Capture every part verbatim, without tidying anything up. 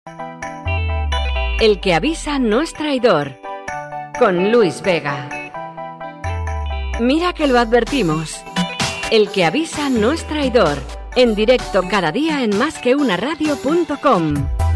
El que avisa no es traidor, con Luis Vega. Mira que lo advertimos. El que avisa no es traidor, en directo cada día en más que una radio punto com.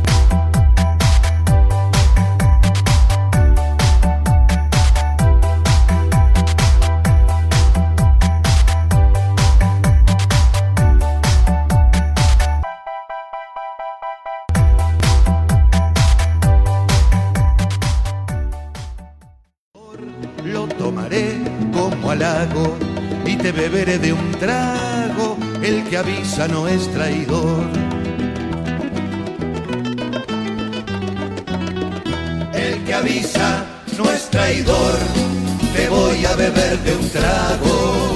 Lo tomaré como halago y te beberé de un trago. El que avisa no es traidor. El que avisa no es traidor. Te voy a beber de un trago.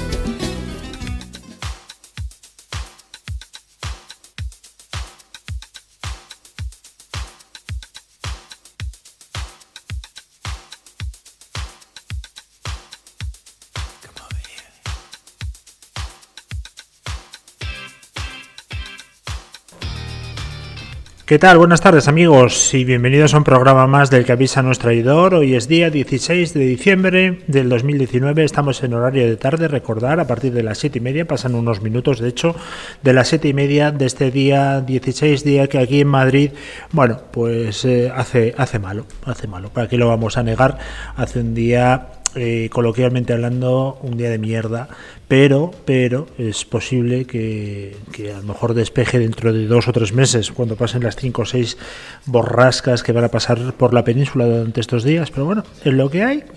¿Qué tal? Buenas tardes, amigos, y bienvenidos a un programa más del que avisa no es traidor. Hoy es día dieciséis de diciembre del dos mil diecinueve, estamos en horario de tarde. Recordar, a partir de las siete y media, pasan unos minutos, de hecho, de las siete y media de este día dieciséis, día que aquí en Madrid, bueno, pues eh, hace, hace malo, hace malo, ¿para qué lo vamos a negar? Hace un día... Eh, coloquialmente hablando, un día de mierda, pero pero es posible que, que a lo mejor despeje dentro de dos o tres meses, cuando pasen las cinco o seis borrascas que van a pasar por la península durante estos días. Pero bueno, es lo que hay,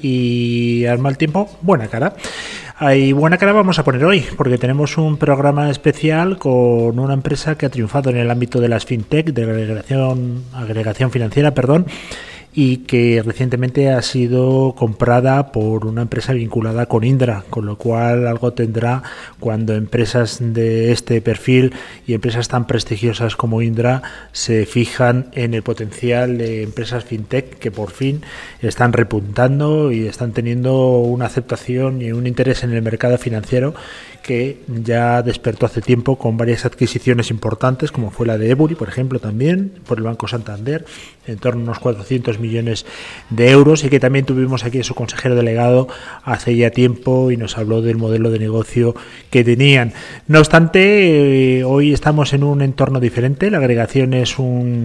y al mal tiempo, buena cara. Hay buena cara vamos a poner hoy, porque tenemos un programa especial con una empresa que ha triunfado en el ámbito de las fintech, de la agregación, agregación financiera, perdón, y que recientemente ha sido comprada por una empresa vinculada con Indra, con lo cual algo tendrá cuando empresas de este perfil y empresas tan prestigiosas como Indra se fijan en el potencial de empresas fintech que por fin están repuntando y están teniendo una aceptación y un interés en el mercado financiero que ya despertó hace tiempo con varias adquisiciones importantes, como fue la de Ebury, por ejemplo, también por el Banco Santander, en torno a unos cuatrocientos millones de euros, y que también tuvimos aquí a su consejero delegado hace ya tiempo y nos habló del modelo de negocio que tenían. No obstante, eh, hoy estamos en un entorno diferente. La agregación es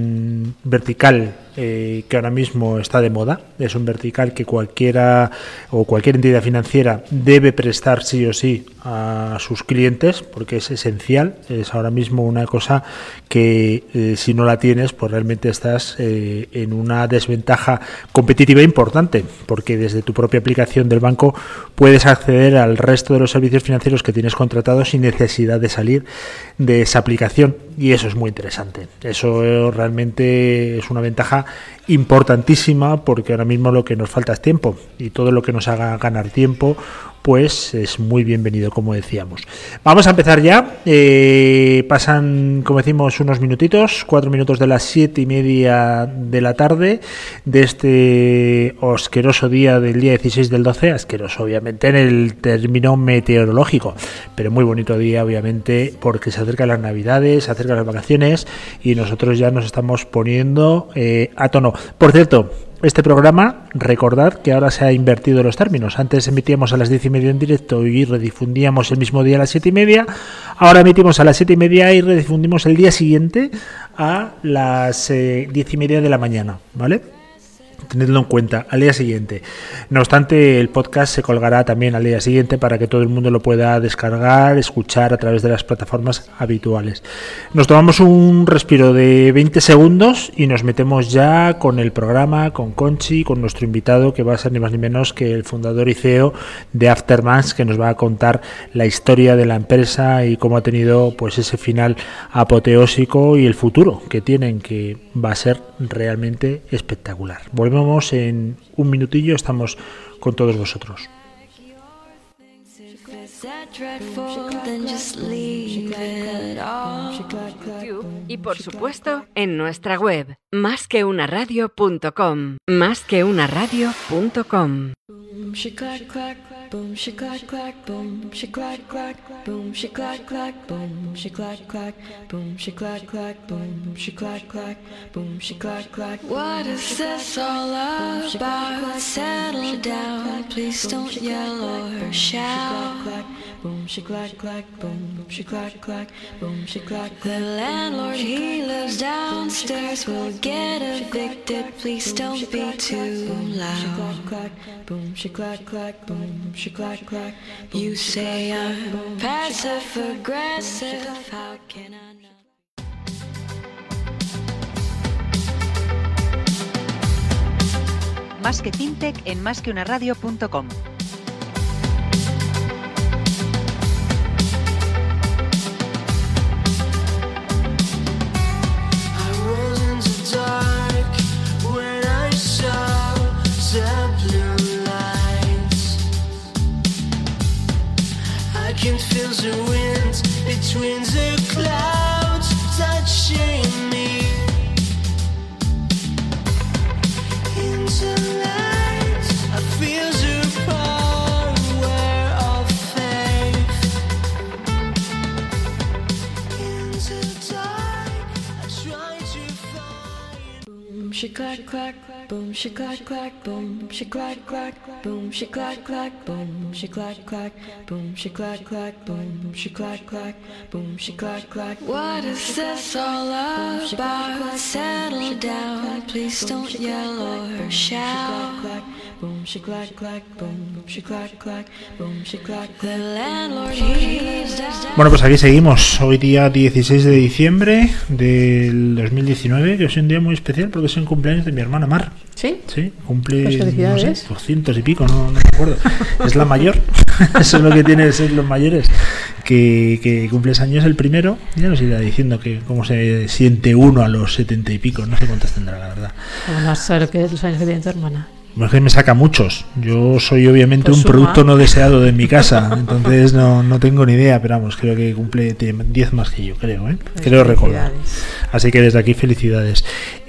un vertical Eh, que ahora mismo está de moda, es un vertical que cualquiera o cualquier entidad financiera debe prestar sí o sí a sus clientes, porque es esencial, es ahora mismo una cosa que eh, si no la tienes, pues realmente estás eh, en una desventaja competitiva importante, porque desde tu propia aplicación del banco puedes acceder al resto de los servicios financieros que tienes contratados sin necesidad de salir de esa aplicación, y eso es muy interesante. Eso realmente es una ventaja importantísima, porque ahora mismo lo que nos falta es tiempo, y todo lo que nos haga ganar tiempo pues es muy bienvenido, como decíamos. Vamos a empezar ya. Eh, pasan, como decimos, unos minutitos, cuatro minutos de las siete y media de la tarde de este asqueroso día del día dieciséis del doce, asqueroso obviamente en el término meteorológico, pero muy bonito día obviamente, porque se acercan las navidades, se acercan las vacaciones y nosotros ya nos estamos poniendo eh, a tono. Por cierto, este programa, recordad que ahora se ha invertido los términos. Antes emitíamos a las diez y media en directo y redifundíamos el mismo día a las siete y media. Ahora emitimos a las siete y media y redifundimos el día siguiente a las eh, diez y media de la mañana, ¿vale? Tenedlo en cuenta, al día siguiente. No obstante, el podcast se colgará también al día siguiente para que todo el mundo lo pueda descargar, escuchar a través de las plataformas habituales. Nos tomamos un respiro de veinte segundos y nos metemos ya con el programa, con Conchi, con nuestro invitado, que va a ser ni más ni menos que el fundador y C E O de Aftermath, que nos va a contar la historia de la empresa y cómo ha tenido pues ese final apoteósico y el futuro que tienen, que va a ser realmente espectacular. Volvemos en un minutillo, estamos con todos vosotros. Y por supuesto en nuestra web más que una radio punto com, más que una radio punto com. boom, she clack clack, boom, she clack clack, boom, she clack clack, boom, she clack clack, boom, she clack clack, boom, she clack clack, boom, she clack clack. What is this all about? Settle down, please don't yell or shout. Boom, she clack clack, boom, she clack clack, boom, she clack. The landlord, he lives downstairs, will get evicted, please don't be too loud. Boom, she clack clack, boom, she clack clack. You say I'm passive aggressive, how can I know? Más que fintech en más que una radio punto com. I can feel the wind between the clouds touching me. In the light, I feel the power of faith. In the dark, I try to find. Boom, she clack clack, boom, she clack clack, boom, she clack clack, boom, she clack clack, boom, she clack clack, boom, she clack clack, boom, she clack clack, boom, she clack clack. What is this all about? Settle down, please don't yell or shout. Boom, she clack clack, boom, she clack clack, boom, she clack. The landlord, he's down. Bueno, pues aquí seguimos, hoy día dieciséis de diciembre del dos mil diecinueve, que es un día muy especial porque es el cumpleaños de mi hermana Mar. ¿Sí? Sí, cumple pues no sé, doscientos y pico, no, no me acuerdo. Es la mayor, eso es lo que tiene de ser los mayores, que, que cumples años el primero, ya nos irá diciendo que cómo se siente uno a los setenta y pico, no sé cuántos tendrá la verdad. Bueno, sé qué es los años que tiene tu hermana. Es que me saca muchos. Yo soy obviamente Pues un suma. producto no deseado de mi casa, entonces no, no tengo ni idea, pero vamos, creo que cumple diez más que yo, creo, ¿eh? Pues creo recordar. felicidades. Así que desde aquí felicidades.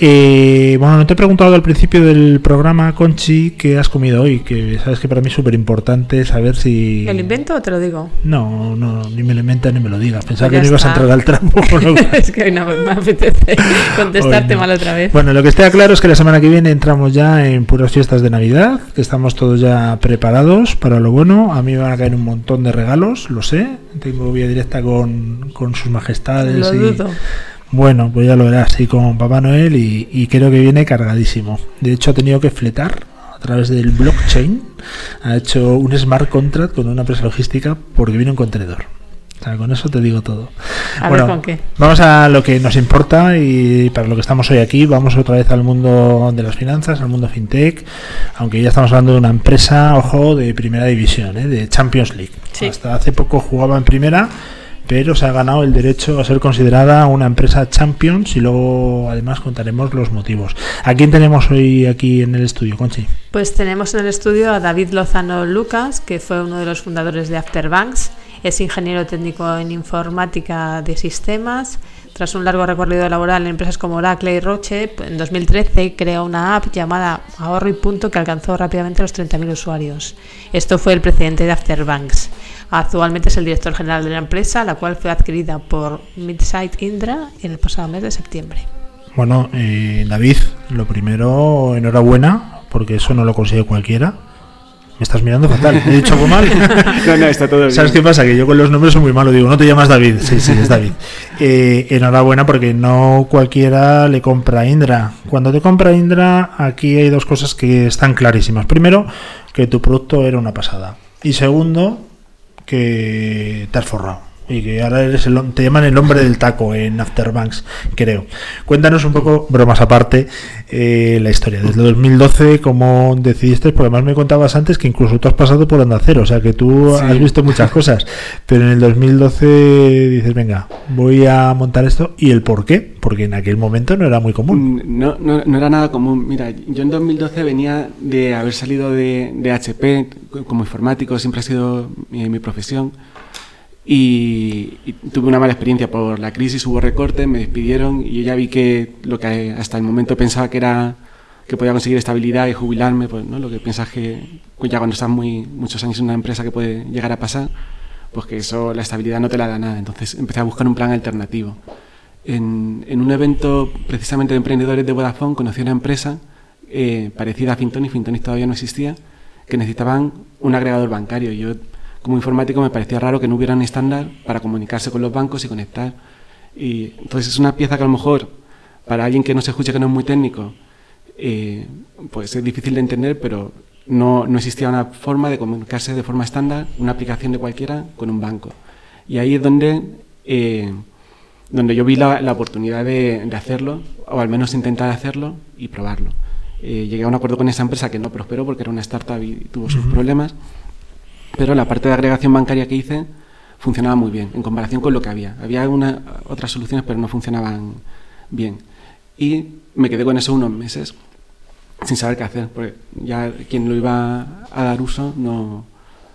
Eh, bueno, no te he preguntado al principio del programa, Conchi, qué has comido hoy, que sabes que para mí es súper importante saber si... ¿Me lo invento o te lo digo? No, no, ni me lo inventas ni me lo digas. Pensaba Pues que ya no ibas a está. entrar al trapo. Lo... Es que hoy no me apetece contestarte Hoy no. mal otra vez. Bueno, lo que está claro es que la semana que viene entramos ya en puras fiestas de Navidad, que estamos todos ya preparados para lo bueno. A mí me van a caer un montón de regalos, lo sé. Tengo vía directa con, con sus majestades. Lo y... dudo. Bueno, pues ya lo verás, y con Papá Noel, y, y creo que viene cargadísimo. De hecho, ha tenido que fletar a través del blockchain. Ha hecho un smart contract con una empresa logística porque viene un contenedor. O sea, con eso te digo todo. A bueno, ver con qué. Vamos a lo que nos importa y para lo que estamos hoy aquí. Vamos otra vez al mundo de las finanzas, al mundo fintech, aunque ya estamos hablando de una empresa, ojo, de primera división, ¿eh? De Champions League. Sí. Hasta hace poco jugaba en primera, pero se ha ganado el derecho a ser considerada una empresa Champions y luego además contaremos los motivos. ¿A quién tenemos hoy aquí en el estudio, Conchi? Pues tenemos en el estudio a David Lozano Lucas, que fue uno de los fundadores de Afterbanks. Es ingeniero técnico en informática de sistemas. Tras un largo recorrido laboral en empresas como Oracle y Roche, en dos mil trece creó una app llamada Ahorro y Punto que alcanzó rápidamente los treinta mil usuarios. Esto fue el precedente de Afterbanks. Actualmente es el director general de la empresa, la cual fue adquirida por Midsight Indra en el pasado mes de septiembre. Bueno, eh, David, lo primero, enhorabuena, porque eso no lo consigue cualquiera. Me estás mirando fatal, ¿he dicho algo mal? No, no, está todo bien. ¿Sabes qué pasa? Que yo con los nombres soy muy malo, digo, no te llamas David. Sí, sí, es David. Eh, enhorabuena, porque no cualquiera le compra a Indra. Cuando te compra Indra, aquí hay dos cosas que están clarísimas. Primero, que tu producto era una pasada. Y segundo, que te has forrado. Y que ahora eres el, te llaman el hombre del taco en Afterbanks, creo. Cuéntanos un poco, bromas aparte, eh, la historia. Desde dos mil doce, ¿cómo decidiste? Porque además me contabas antes que incluso tú has pasado por Onda Cero, o sea que tú sí. has visto muchas cosas. Pero en el dos mil doce dices, venga, voy a montar esto. ¿Y el por qué? Porque en aquel momento no era muy común. No, no, no era nada común. Mira, yo en dos mil doce venía de haber salido de, de H P como informático, siempre ha sido mi, mi profesión. Y, y tuve una mala experiencia por la crisis, hubo recortes, me despidieron y yo ya vi que lo que hasta el momento pensaba que era que podía conseguir estabilidad y jubilarme, pues no, lo que piensas que ya cuando estás muy muchos años en una empresa que puede llegar a pasar, pues que eso, la estabilidad no te la da nada. Entonces empecé a buscar un plan alternativo. En, en un evento precisamente de emprendedores de Vodafone conocí una empresa eh, parecida a Fintonic, Fintonic todavía no existía, que necesitaban un agregador bancario. Yo, como informático, me parecía raro que no hubiera un estándar para comunicarse con los bancos y conectar. Y entonces es una pieza que a lo mejor, para alguien que no se escuche, que no es muy técnico, eh, pues es difícil de entender, pero no, no existía una forma de comunicarse de forma estándar, una aplicación de cualquiera, con un banco. Y ahí es donde, eh, donde yo vi la, la oportunidad de, de hacerlo, o al menos intentar hacerlo y probarlo. Eh, llegué a un acuerdo con esa empresa que no prosperó porque era una startup y tuvo sus uh-huh. problemas, pero la parte de agregación bancaria que hice funcionaba muy bien en comparación con lo que había. Había una, otras soluciones, pero no funcionaban bien. Y me quedé con eso unos meses sin saber qué hacer, porque ya quien lo iba a dar uso no,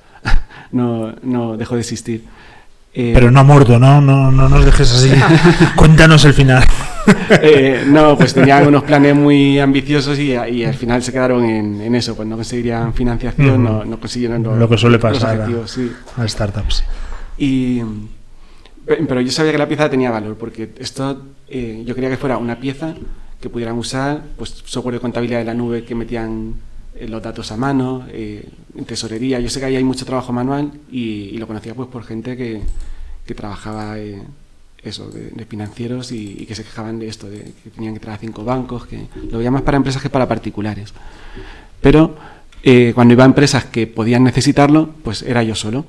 no, no dejó de existir. Eh, pero no ha muerto, ¿no? No, no nos dejes así. Cuéntanos el final. eh, no, pues tenían unos planes muy ambiciosos y, y al final se quedaron en, en eso, pues no conseguirían financiación, mm. no, no consiguieron los, lo que suele pasar los objetivos, sí. a startups. Y, pero yo sabía que la pieza tenía valor, porque esto eh, yo quería que fuera una pieza que pudieran usar, pues software de contabilidad de la nube que metían eh, los datos a mano, eh, en tesorería. Yo sé que ahí hay mucho trabajo manual y, y lo conocía pues por gente que, que trabajaba eh, eso, de, de financieros y, y que se quejaban de esto, de que tenían que traer a cinco bancos, que lo veía más para empresas que para particulares. Pero eh, cuando iba a empresas que podían necesitarlo, pues era yo solo.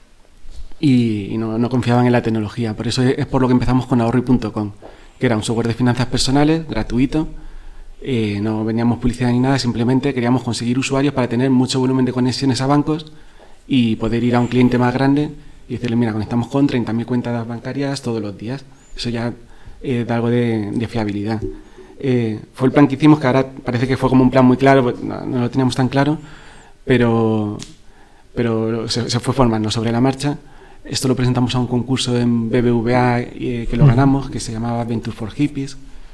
Y, y no, no confiaban en la tecnología. Por eso es por lo que empezamos con ahorri punto com, que era un software de finanzas personales, gratuito. Eh, no veníamos publicidad ni nada, simplemente queríamos conseguir usuarios para tener mucho volumen de conexiones a bancos y poder ir a un cliente más grande y decirle, mira, conectamos con treinta mil cuentas bancarias todos los días. Eso ya eh, da algo de, de fiabilidad. Eh, fue el plan que hicimos, que ahora parece que fue como un plan muy claro, pues no, no lo teníamos tan claro, pero, pero se, se fue formando sobre la marcha. Esto lo presentamos a un concurso en B B V A eh, que lo ganamos, que se llamaba Venture for Hippies.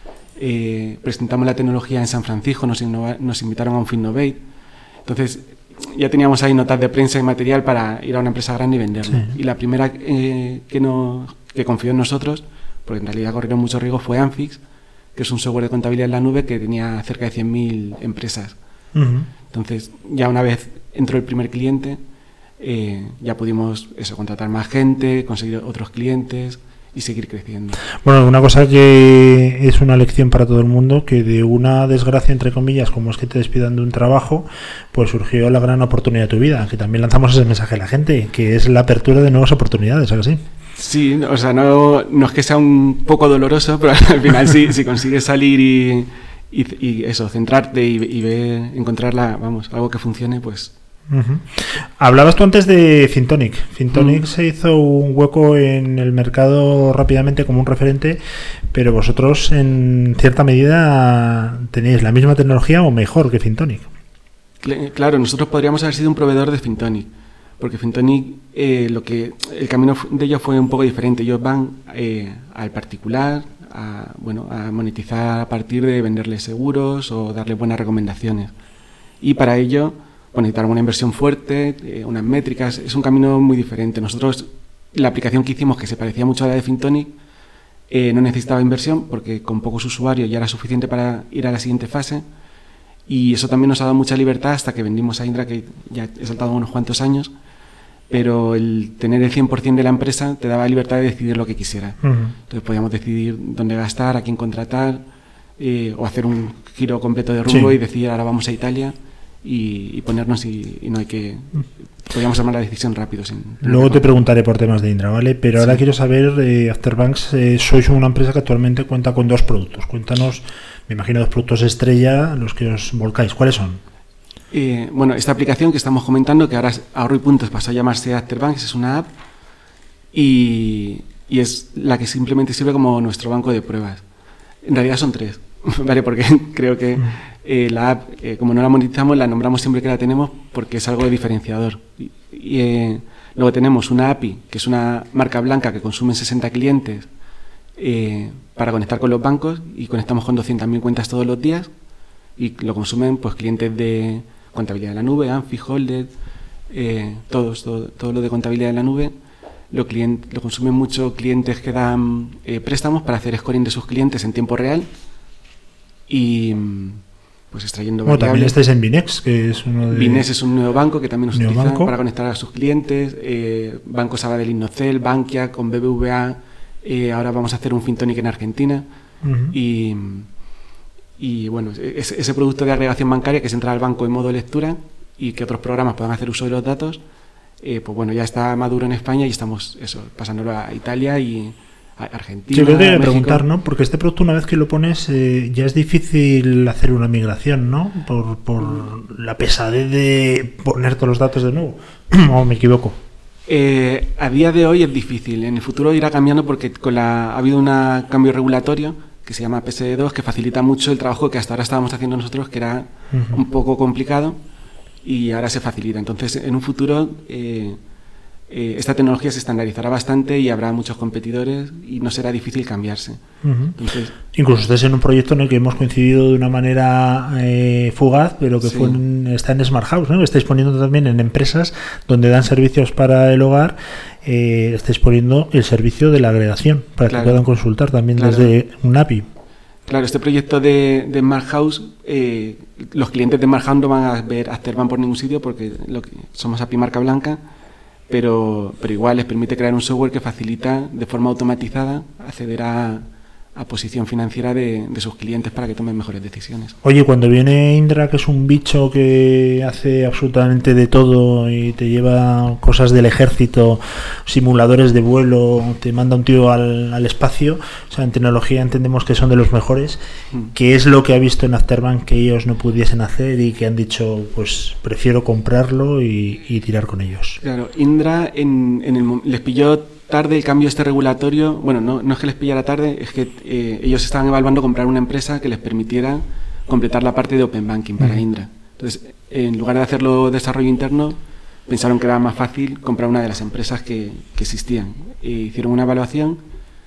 Eh, presentamos la tecnología en San Francisco, nos, innova, nos invitaron a un Finnovate. Entonces ya teníamos ahí notas de prensa y material para ir a una empresa grande y venderlo. Sí. Y la primera eh, que, no, que confió en nosotros, porque en realidad corrieron mucho riesgo, fue Anfix, que es un software de contabilidad en la nube que tenía cerca de cien mil empresas. Uh-huh. Entonces ya una vez entró el primer cliente, Eh, ya pudimos eso, contratar más gente, conseguir otros clientes y seguir creciendo. Bueno, una cosa que es una lección para todo el mundo, que de una desgracia, entre comillas, como es que te despidan de un trabajo, pues surgió la gran oportunidad de tu vida, que también lanzamos ese mensaje a la gente, que es la apertura de nuevas oportunidades, ¿sabes? Sí, sí, o sea, no, no es que sea un poco doloroso, pero al final sí, si consigues salir y, y, y eso, centrarte y, y ver, encontrar la, vamos, algo que funcione, pues... Uh-huh. Hablabas tú antes de Fintonic. Fintonic uh-huh. se hizo un hueco en el mercado rápidamente como un referente, pero vosotros en cierta medida tenéis la misma tecnología o mejor que Fintonic. Claro, nosotros podríamos haber sido un proveedor de Fintonic, porque Fintonic eh, lo que el camino de ellos fue un poco diferente. Ellos van eh, al particular a, bueno, a monetizar a partir de venderles seguros o darle buenas recomendaciones, y para ello necesitar una inversión fuerte, eh, unas métricas. Es un camino muy diferente. Nosotros, la aplicación que hicimos, que se parecía mucho a la de Fintonic, eh, no necesitaba inversión porque con pocos usuarios ya era suficiente para ir a la siguiente fase, y eso también nos ha dado mucha libertad hasta que vendimos a Indra, que ya he saltado unos cuantos años, pero el tener el cien por ciento de la empresa te daba libertad de decidir lo que quisieras. Uh-huh. Entonces podíamos decidir dónde gastar, a quién contratar, eh, o hacer un giro completo de rumbo, sí, y decir ahora vamos a Italia. Y, y ponernos y, y no hay que... Podríamos tomar la decisión rápido. Sin, Luego te preguntaré por temas de Indra, ¿vale? Pero ahora sí, quiero saber, eh, Afterbanks, eh, sois una empresa que actualmente cuenta con dos productos. Cuéntanos, me imagino, dos productos estrella, los que os volcáis. ¿Cuáles son? Eh, bueno, esta aplicación que estamos comentando, que ahora ahorri puntos pasó a llamarse Afterbanks, es una app y, y es la que simplemente sirve como nuestro banco de pruebas. En realidad son tres, ¿vale? Porque creo que... Eh, la app, eh, como no la monetizamos, la nombramos siempre que la tenemos porque es algo diferenciador. Y, y, eh, luego tenemos una A P I, que es una marca blanca que consumen sesenta clientes eh, para conectar con los bancos, y conectamos con doscientas mil cuentas todos los días. y lo consumen pues clientes de contabilidad de la nube, Anfi, Holded, eh, todos, todo, todo lo de contabilidad de la nube. Lo, client, lo consumen mucho clientes que dan eh, préstamos para hacer scoring de sus clientes en tiempo real y pues extrayendo bueno, variables. también estáis en Binex, que es uno de... Binex es un nuevo banco que también nos utiliza banco. para conectar a sus clientes. Eh, Banco Sabadell Innocel, Bankia, con B B V A. Eh, ahora vamos a hacer un FinTonic en Argentina. Uh-huh. Y, y bueno, es, ese producto de agregación bancaria que es entrar al banco en modo lectura y que otros programas puedan hacer uso de los datos, eh, pues bueno, ya está maduro en España y estamos eso pasándolo a Italia y a Argentina. Sí, yo te voy a México. preguntar, ¿no? Porque este producto, una vez que lo pones, eh, ya es difícil hacer una migración, ¿no? Por, por la pesadez de poner todos los datos de nuevo. ¿O me equivoco? Eh, a día de hoy es difícil. En el futuro irá cambiando porque con la, ha habido un cambio regulatorio que se llama P S D dos que facilita mucho el trabajo que hasta ahora estábamos haciendo nosotros, que era uh-huh. un poco complicado, y ahora se facilita. Entonces, en un futuro eh, eh, esta tecnología se estandarizará bastante y habrá muchos competidores y no será difícil cambiarse. Uh-huh. Entonces, incluso estáis en un proyecto en el que hemos coincidido de una manera eh, fugaz, pero que sí. fue en, está en Smart House, ¿no? Estáis poniendo también en empresas donde dan servicios para el hogar, eh, estáis poniendo el servicio de la agregación para claro. que puedan consultar también claro. desde un A P I. Claro, este proyecto de, de Smart House, eh, los clientes de Smart House no van a ver Afterbank por ningún sitio porque lo que, somos A P I marca blanca, pero, pero igual les permite crear un software que facilita de forma automatizada acceder a, a posición financiera de, de sus clientes para que tomen mejores decisiones. Oye, cuando viene Indra, que es un bicho que hace absolutamente de todo y te lleva cosas del ejército, simuladores de vuelo, te manda un tío al, al espacio, o sea, en tecnología entendemos que son de los mejores, mm. ¿qué es lo que ha visto en Afterbank que ellos no pudiesen hacer y que han dicho, pues prefiero comprarlo y, y tirar con ellos? Claro, Indra en, en el, les pilló tarde el cambio este regulatorio. Bueno, no, no es que les pillara tarde, es que eh, ellos estaban evaluando comprar una empresa que les permitiera completar la parte de Open Banking para uh-huh. Indra. Entonces, en lugar de hacerlo desarrollo interno, pensaron que era más fácil comprar una de las empresas que, que existían. E hicieron una evaluación,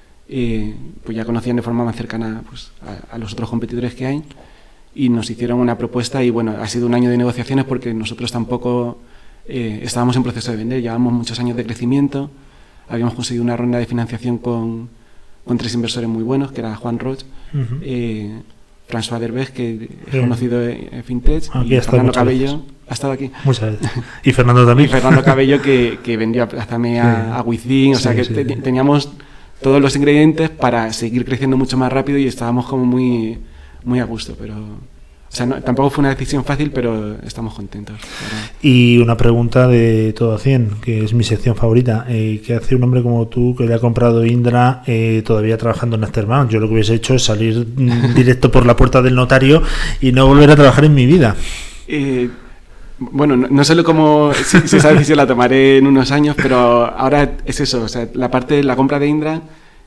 eh, pues ya conocían de forma más cercana pues, a, a los otros competidores que hay, y nos hicieron una propuesta y bueno, ha sido un año de negociaciones porque nosotros tampoco eh, estábamos en proceso de vender, llevamos muchos años de crecimiento. Habíamos conseguido una ronda de financiación con, con tres inversores muy buenos, que era Juan Roch, uh-huh. eh, François Derbez, que es sí. conocido en FinTech, aquí y Fernando Cabello. Veces. Ha estado aquí. Muchas veces. Y Fernando también. Y Fernando Cabello, que, que vendió a Plazame a, sí. a Within. O sí, sea, que sí, te, sí. teníamos todos los ingredientes para seguir creciendo mucho más rápido y estábamos como muy, muy a gusto, pero... O sea, no, tampoco fue una decisión fácil, pero estamos contentos. ¿Verdad? Y una pregunta de todo a cien, que es mi sección favorita. Eh, ¿Qué hace un hombre como tú, que le ha comprado Indra, eh, todavía trabajando en Afterbank? Yo lo que hubiese hecho es salir directo por la puerta del notario y no volver a trabajar en mi vida. Eh, bueno, no, no sé cómo, si, si esa decisión la tomaré en unos años, pero ahora es eso. O sea, la parte de la compra de Indra,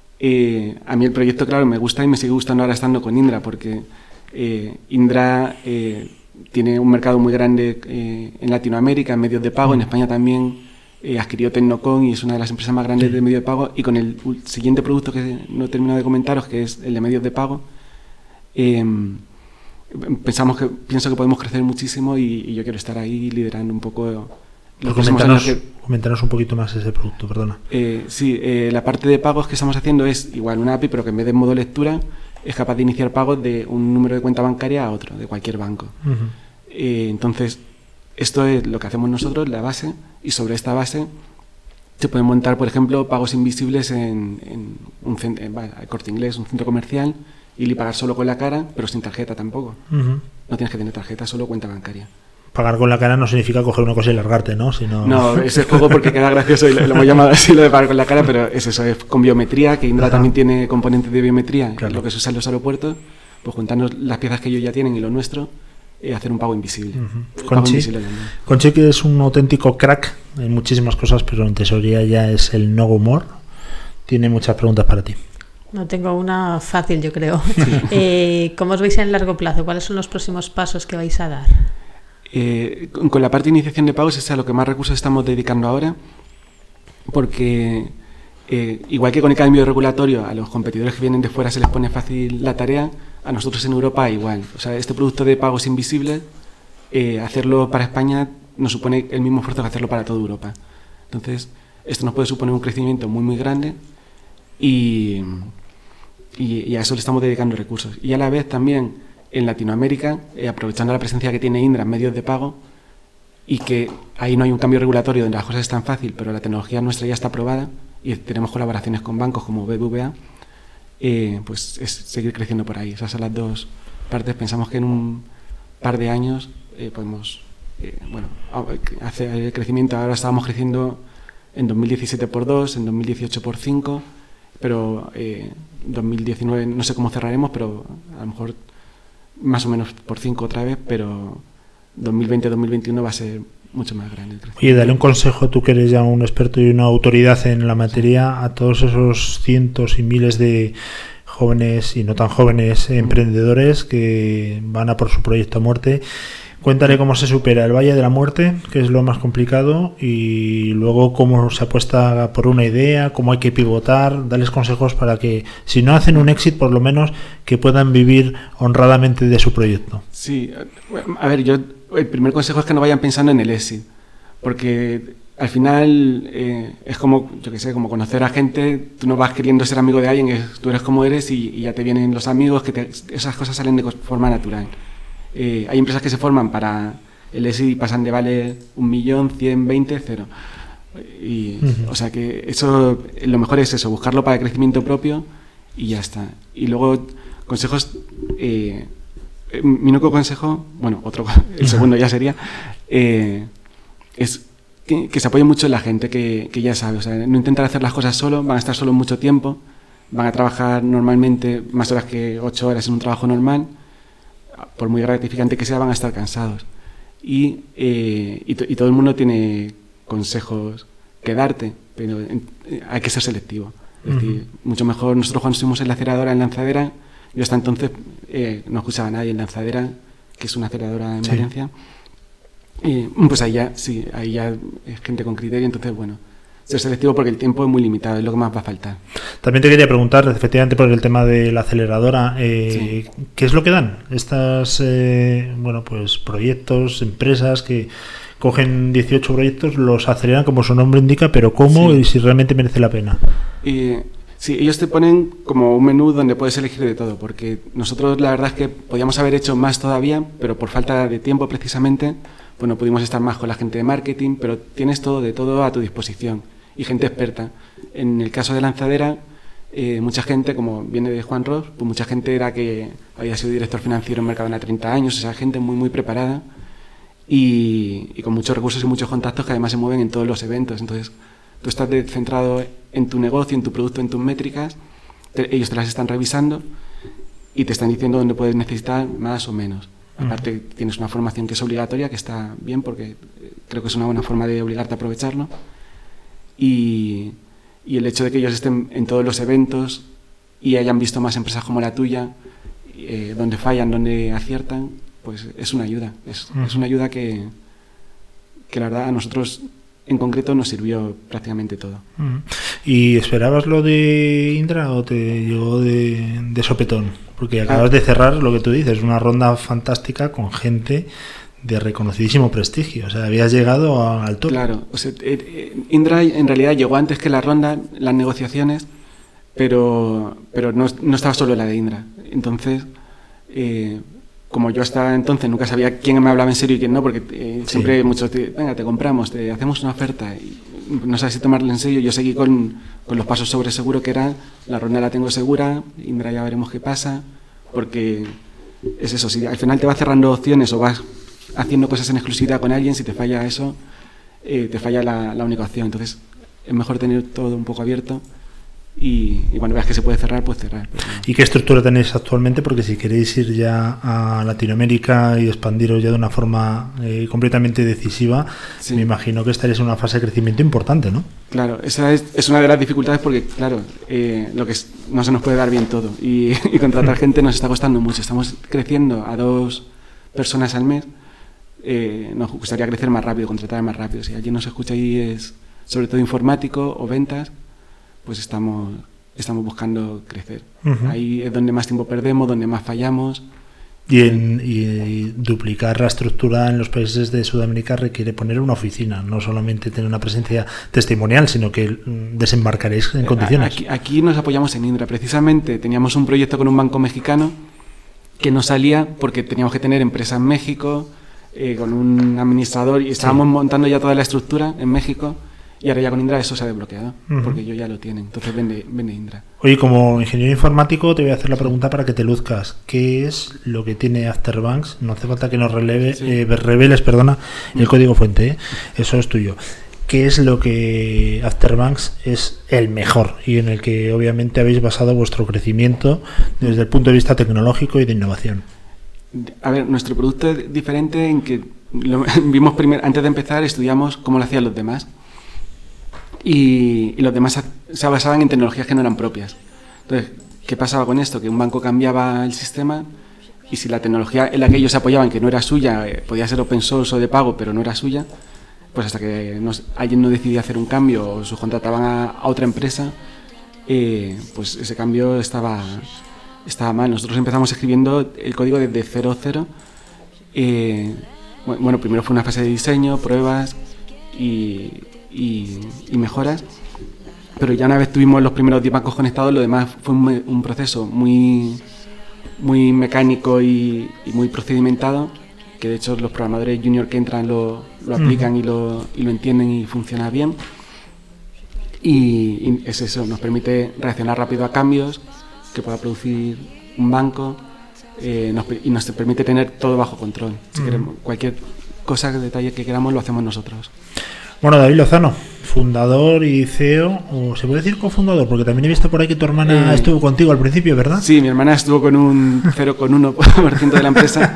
eh, a mí el proyecto, claro, me gusta y me sigue gustando ahora estando con Indra, porque... Eh, Indra eh, tiene un mercado muy grande eh, en Latinoamérica, en medios de pago, en España también eh, adquirió Tecnocom y es una de las empresas más grandes sí. de medios de pago, y con el siguiente producto que no he terminado de comentaros, que es el de medios de pago, eh, pensamos que, pienso que podemos crecer muchísimo y, y yo quiero estar ahí liderando un poco los próximos años. Que, coméntanos un poquito más ese producto, perdona. Eh, sí, eh, la parte de pagos que estamos haciendo es igual una A P I, pero que en vez de modo lectura es capaz de iniciar pagos de un número de cuenta bancaria a otro, de cualquier banco. Uh-huh. Eh, entonces, esto es lo que hacemos nosotros, la base, y sobre esta base se pueden montar, por ejemplo, pagos invisibles en, en un centro, en, bueno, Corte Inglés, un centro comercial, y pagar solo con la cara, pero sin tarjeta tampoco. Uh-huh. No tienes que tener tarjeta, solo cuenta bancaria. Pagar con la cara no significa coger una cosa y largarte, ¿no? Sino... No, ese juego porque queda gracioso y lo, lo hemos llamado así, lo de pagar con la cara, pero es eso, es con biometría, que Indra Ajá. también tiene componentes de biometría, claro. lo que se usa en los aeropuertos, pues juntarnos las piezas que ellos ya tienen y lo nuestro, y hacer un pago invisible. Uh-huh. Conchi, Conchi, que es un auténtico crack en muchísimas cosas, pero en tesorería ya es el no humor, tiene muchas preguntas para ti. No, tengo una fácil, yo creo. Sí. eh, ¿Cómo os veis en el largo plazo? ¿Cuáles son los próximos pasos que vais a dar? Eh, con, con la parte de iniciación de pagos es a lo que más recursos estamos dedicando ahora, porque Eh, igual que con el cambio regulatorio a los competidores que vienen de fuera se les pone fácil la tarea, a nosotros en Europa igual. O sea, este producto de pagos invisibles, eh, hacerlo para España nos supone el mismo esfuerzo que hacerlo para toda Europa. Entonces, esto nos puede suponer un crecimiento muy, muy grande y, y, y a eso le estamos dedicando recursos. Y a la vez también en Latinoamérica, eh, aprovechando la presencia que tiene Indra en medios de pago, y que ahí no hay un cambio regulatorio donde las cosas están fácil, pero la tecnología nuestra ya está aprobada y tenemos colaboraciones con bancos como B B V A, eh, pues es seguir creciendo por ahí. Esas son las dos partes. Pensamos que en un par de años eh, podemos eh, bueno, hacer el crecimiento. Ahora estábamos creciendo en dos mil diecisiete por dos, en dos mil dieciocho por cinco, pero en eh, dos mil diecinueve no sé cómo cerraremos, pero a lo mejor más o menos por cinco otra vez, pero dos mil veinte dos mil veintiuno va a ser mucho más grande. Oye, dale un consejo, tú que eres ya un experto y una autoridad en la materia, a todos esos cientos y miles de jóvenes y no tan jóvenes emprendedores que van a por su proyecto a muerte. Cuéntale cómo se supera el Valle de la Muerte, que es lo más complicado, y luego cómo se apuesta por una idea, cómo hay que pivotar. Dales consejos para que, si no hacen un éxito, por lo menos que puedan vivir honradamente de su proyecto. Sí, a ver, yo el primer consejo es que no vayan pensando en el éxito, porque al final eh, es como, yo qué sé, como conocer a gente. Tú no vas queriendo ser amigo de alguien, es, tú eres como eres y, y ya te vienen los amigos, que te, esas cosas salen de forma natural. Eh, hay empresas que se forman para el éxito y pasan de valer un millón, cien, veinte, cero. Y, uh-huh. O sea que eso, lo mejor es eso, buscarlo para el crecimiento propio y ya está. Y luego, consejos, eh, mi único consejo, bueno, otro, el segundo ya sería, eh, es que, que se apoye mucho en la gente, que, que ya sabe, o sea, no intentar hacer las cosas solo, van a estar solo mucho tiempo, van a trabajar normalmente más horas que ocho horas en un trabajo normal. Por muy gratificante que sea, van a estar cansados. Y, eh, y, to- y todo el mundo tiene consejos que darte, pero en, eh, hay que ser selectivo. Es uh-huh. decir, mucho mejor, nosotros cuando estuvimos en la aceleradora, en Lanzadera, yo hasta entonces eh, no escuchaba a nadie en Lanzadera, que es una aceleradora en sí. Valencia. Y pues ahí ya, sí, ahí ya es gente con criterio, entonces bueno, ser selectivo porque el tiempo es muy limitado, es lo que más va a faltar. También te quería preguntar, efectivamente, por el tema de la aceleradora, eh, sí. ¿qué es lo que dan estas, eh, bueno, pues proyectos, empresas que cogen dieciocho proyectos, los aceleran como su nombre indica, pero cómo sí. y si realmente merece la pena? Y, sí, ellos te ponen como un menú donde puedes elegir de todo, porque nosotros la verdad es que podíamos haber hecho más todavía, pero por falta de tiempo precisamente, pues no pudimos estar más con la gente de marketing, pero tienes todo de todo a tu disposición y gente experta. En el caso de Lanzadera, eh, mucha gente, como viene de Juan Ross, pues mucha gente era que había sido director financiero en Mercadona treinta años, o sea, gente muy muy preparada y, y con muchos recursos y muchos contactos que además se mueven en todos los eventos. Entonces, tú estás de, centrado en tu negocio, en tu producto, en tus métricas, te, ellos te las están revisando y te están diciendo dónde puedes necesitar más o menos. Aparte, uh-huh. tienes una formación que es obligatoria, que está bien porque creo que es una buena forma de obligarte a aprovecharlo. Y, y el hecho de que ellos estén en todos los eventos y hayan visto más empresas como la tuya, eh, donde fallan, donde aciertan, pues es una ayuda. Es, uh-huh. es una ayuda que, que la verdad a nosotros en concreto nos sirvió prácticamente todo. Uh-huh. ¿Y esperabas lo de Indra o te llegó de, de sopetón? Porque acabas ah. de cerrar lo que tú dices, una ronda fantástica con gente de reconocidísimo prestigio, o sea, habías llegado a, al top. Claro, o sea, eh, Indra en realidad llegó antes que la ronda, las negociaciones, pero pero no, no estaba solo la de Indra. Entonces, eh, como yo hasta entonces nunca sabía quién me hablaba en serio y quién no, porque eh, sí. siempre muchos te, venga, te compramos, te hacemos una oferta, y no sabes si tomarlo en serio. Yo seguí con, con los pasos sobre seguro que era, la ronda la tengo segura, Indra ya veremos qué pasa, porque es eso, si al final te vas cerrando opciones o vas haciendo cosas en exclusividad con alguien, si te falla eso, eh, te falla la, la única opción. Entonces es mejor tener todo un poco abierto y, y cuando veas que se puede cerrar, pues cerrar. Pero... ¿Y qué estructura tenéis actualmente? Porque si queréis ir ya a Latinoamérica y expandiros ya de una forma eh, completamente decisiva, sí. me imagino que estaréis en una fase de crecimiento importante, ¿no? Claro, esa es, es una de las dificultades porque, claro, eh, lo que es, no se nos puede dar bien todo y, y contratar gente nos está costando mucho. Estamos creciendo a dos personas al mes. Eh, nos gustaría crecer más rápido, contratar más rápido. Si alguien nos escucha ahí es sobre todo informático o ventas, pues estamos, estamos buscando crecer. Uh-huh. Ahí es donde más tiempo perdemos, donde más fallamos. Y, en, y duplicar la estructura en los países de Sudamérica requiere poner una oficina, no solamente tener una presencia testimonial, sino que desembarcaréis en condiciones. Aquí, aquí nos apoyamos en Indra. Precisamente teníamos un proyecto con un banco mexicano que no salía porque teníamos que tener empresa en México, eh, con un administrador, y estábamos sí. montando ya toda la estructura en México. Y ahora ya con Indra eso se ha desbloqueado, uh-huh. porque ellos ya lo tienen. Entonces vende, vende Indra. Oye, como ingeniero informático te voy a hacer la pregunta para que te luzcas. ¿Qué es lo que tiene Afterbanks? No hace falta que nos releve, sí. eh, reveles perdona, el código fuente, ¿eh? Eso es tuyo. ¿Qué es lo que Afterbanks es el mejor y en el que obviamente habéis basado vuestro crecimiento desde el punto de vista tecnológico y de innovación? A ver, nuestro producto es diferente en que lo, vimos primer, antes de empezar estudiamos cómo lo hacían los demás. Y, y los demás se basaban en tecnologías que no eran propias. Entonces, ¿qué pasaba con esto? Que un banco cambiaba el sistema y si la tecnología en la que ellos se apoyaban, que no era suya, eh, podía ser open source o de pago, pero no era suya, pues hasta que nos, alguien no decidía hacer un cambio o subcontrataban a, a otra empresa, eh, pues ese cambio estaba, estaba mal. Nosotros empezamos escribiendo el código desde cero cero. Eh, bueno, primero fue una fase de diseño, pruebas y... Y, y mejoras, pero ya una vez tuvimos los primeros diez bancos conectados, lo demás fue un, un proceso muy muy mecánico y, y muy procedimentado, que de hecho los programadores junior que entran lo, lo aplican uh-huh. y, lo, y lo entienden y funciona bien, y, y es eso, nos permite reaccionar rápido a cambios que pueda producir un banco, eh, nos, y nos permite tener todo bajo control. Si uh-huh. queremos, cualquier cosa, detalle que queramos lo hacemos nosotros. Bueno, David Lozano, fundador y C E O, o se puede decir cofundador, porque también he visto por ahí que tu hermana eh, estuvo contigo al principio, ¿verdad? Sí, mi hermana estuvo con un cero coma uno por ciento de la empresa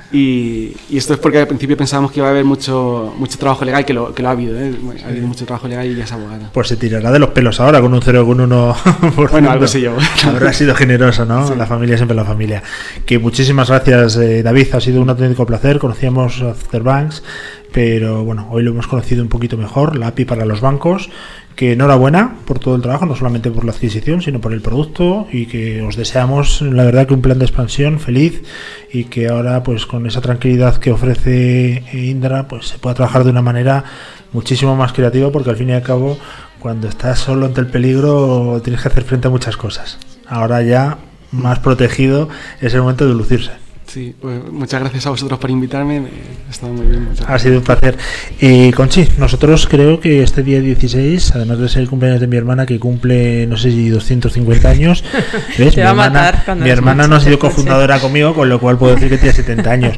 y, y esto es porque al principio pensábamos que iba a haber mucho mucho trabajo legal, que lo, que lo ha habido, ¿eh? Ha habido mucho trabajo legal y ella es abogada. Pues se tirará de los pelos ahora con un cero coma uno por ciento. Bueno, algo se llevó. Habrá sido generoso, ¿no? Sí. La familia siempre la familia. Que muchísimas gracias, eh, David, ha sido un auténtico placer. Conocíamos Afterbanks, pero bueno, hoy lo hemos conocido un poquito mejor, la A P I para los bancos, que enhorabuena por todo el trabajo, no solamente por la adquisición, sino por el producto, y que os deseamos, la verdad, que un plan de expansión feliz y que ahora, pues con esa tranquilidad que ofrece Indra, pues se pueda trabajar de una manera muchísimo más creativa, porque al fin y al cabo, cuando estás solo ante el peligro, tienes que hacer frente a muchas cosas. Ahora ya, más protegido, es el momento de lucirse. Sí, pues muchas gracias a vosotros por invitarme, ha estado muy bien. Ha sido un placer. Y Conchi, nosotros creo que este día dieciséis, además de ser el cumpleaños de mi hermana, que cumple, no sé si doscientos cincuenta años, ¿ves? Mi hermana, mi hermana no ha sido cofundadora conmigo, con lo cual puedo decir que tiene setenta años.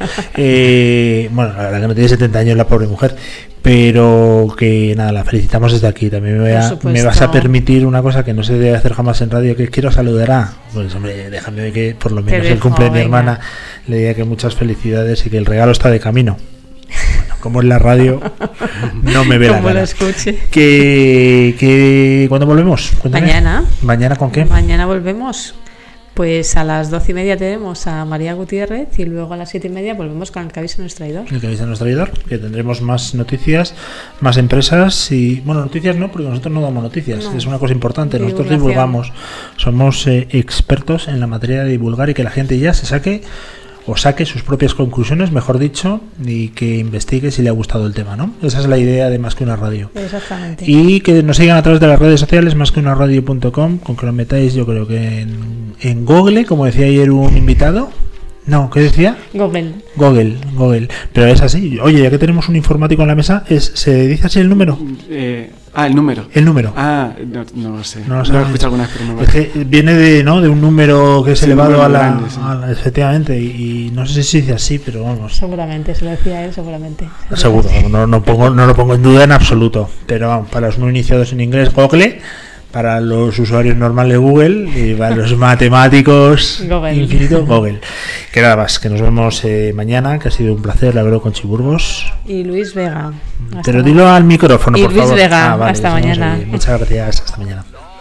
Eh, bueno, la verdad que no tiene setenta años la pobre mujer, pero que nada, la felicitamos desde aquí. También me, voy a, me vas a permitir una cosa que no se debe hacer jamás en radio, que quiero saludar a, pues hombre, déjame que por lo menos el cumple de mi hermana le diga que muchas felicidades y que el regalo está de camino. Bueno, como en la radio no me ve la cara. Como lo escuche. ¿Que, que, ¿Cuándo volvemos? Cuéntame. Mañana. ¿Mañana con qué? Mañana volvemos. Pues a las doce y media tenemos a María Gutiérrez y luego a las siete y media volvemos con el que avisa nuestro traidor. El que avisa nuestro traidor, que tendremos más noticias, más empresas y, bueno, noticias no, porque nosotros no damos noticias, no. Es una cosa importante, nosotros divulgamos, somos eh, expertos en la materia de divulgar y que la gente ya se saque o saque sus propias conclusiones, mejor dicho, y que investigue si le ha gustado el tema, ¿no? Esa es la idea de Más que una radio. Exactamente. Y que nos sigan a través de las redes sociales, más que una radio punto com, con que lo metáis, yo creo que en, en Google, como decía ayer un invitado. No, ¿qué decía? Google. Google, Google. Pero es así. Oye, ya que tenemos un informático en la mesa, es ¿se dice así el número? Eh, ah, el número. El número. Ah, no, no lo sé. No lo, lo he escuchado alguna vez, pero no lo es que viene de, ¿no? de un número que es sí, elevado a la, grande, sí. a la... Efectivamente, y, y no sé si se dice así, pero vamos. Seguramente, se lo decía él, seguramente. Seguro, no, no, pongo, no lo pongo en duda en absoluto. Pero vamos, para los no iniciados en inglés, Google. Para los usuarios normales Google y para los matemáticos Google. Infinito Google. Que nada más, que nos vemos eh, mañana, que ha sido un placer, la verdad, con Chiburgos. Y Luis Vega. Hasta Pero dilo mañana. Al micrófono, y por Luis favor. Vega, ah, vale, hasta mañana. Muchas gracias, hasta mañana.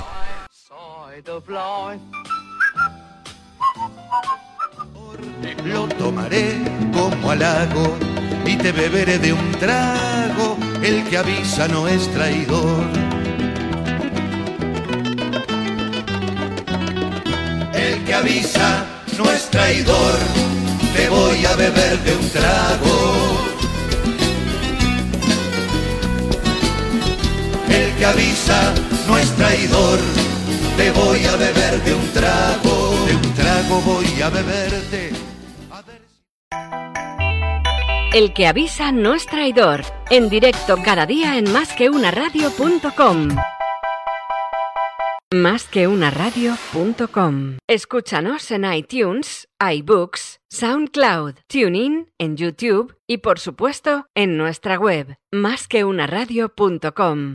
Lo tomaré como halago y te beberé de un trago. El que avisa no es traidor. que avisa no es traidor, te voy a beber de un trago. El que avisa no es traidor, te voy a beber de un trago. De un trago voy a beberte. A ver si... El que avisa no es traidor. En directo cada día en más que una radio punto com. más que una radio punto com. Escúchanos en iTunes, iBooks, SoundCloud, TuneIn, en YouTube y por supuesto en nuestra web más que una radio punto com.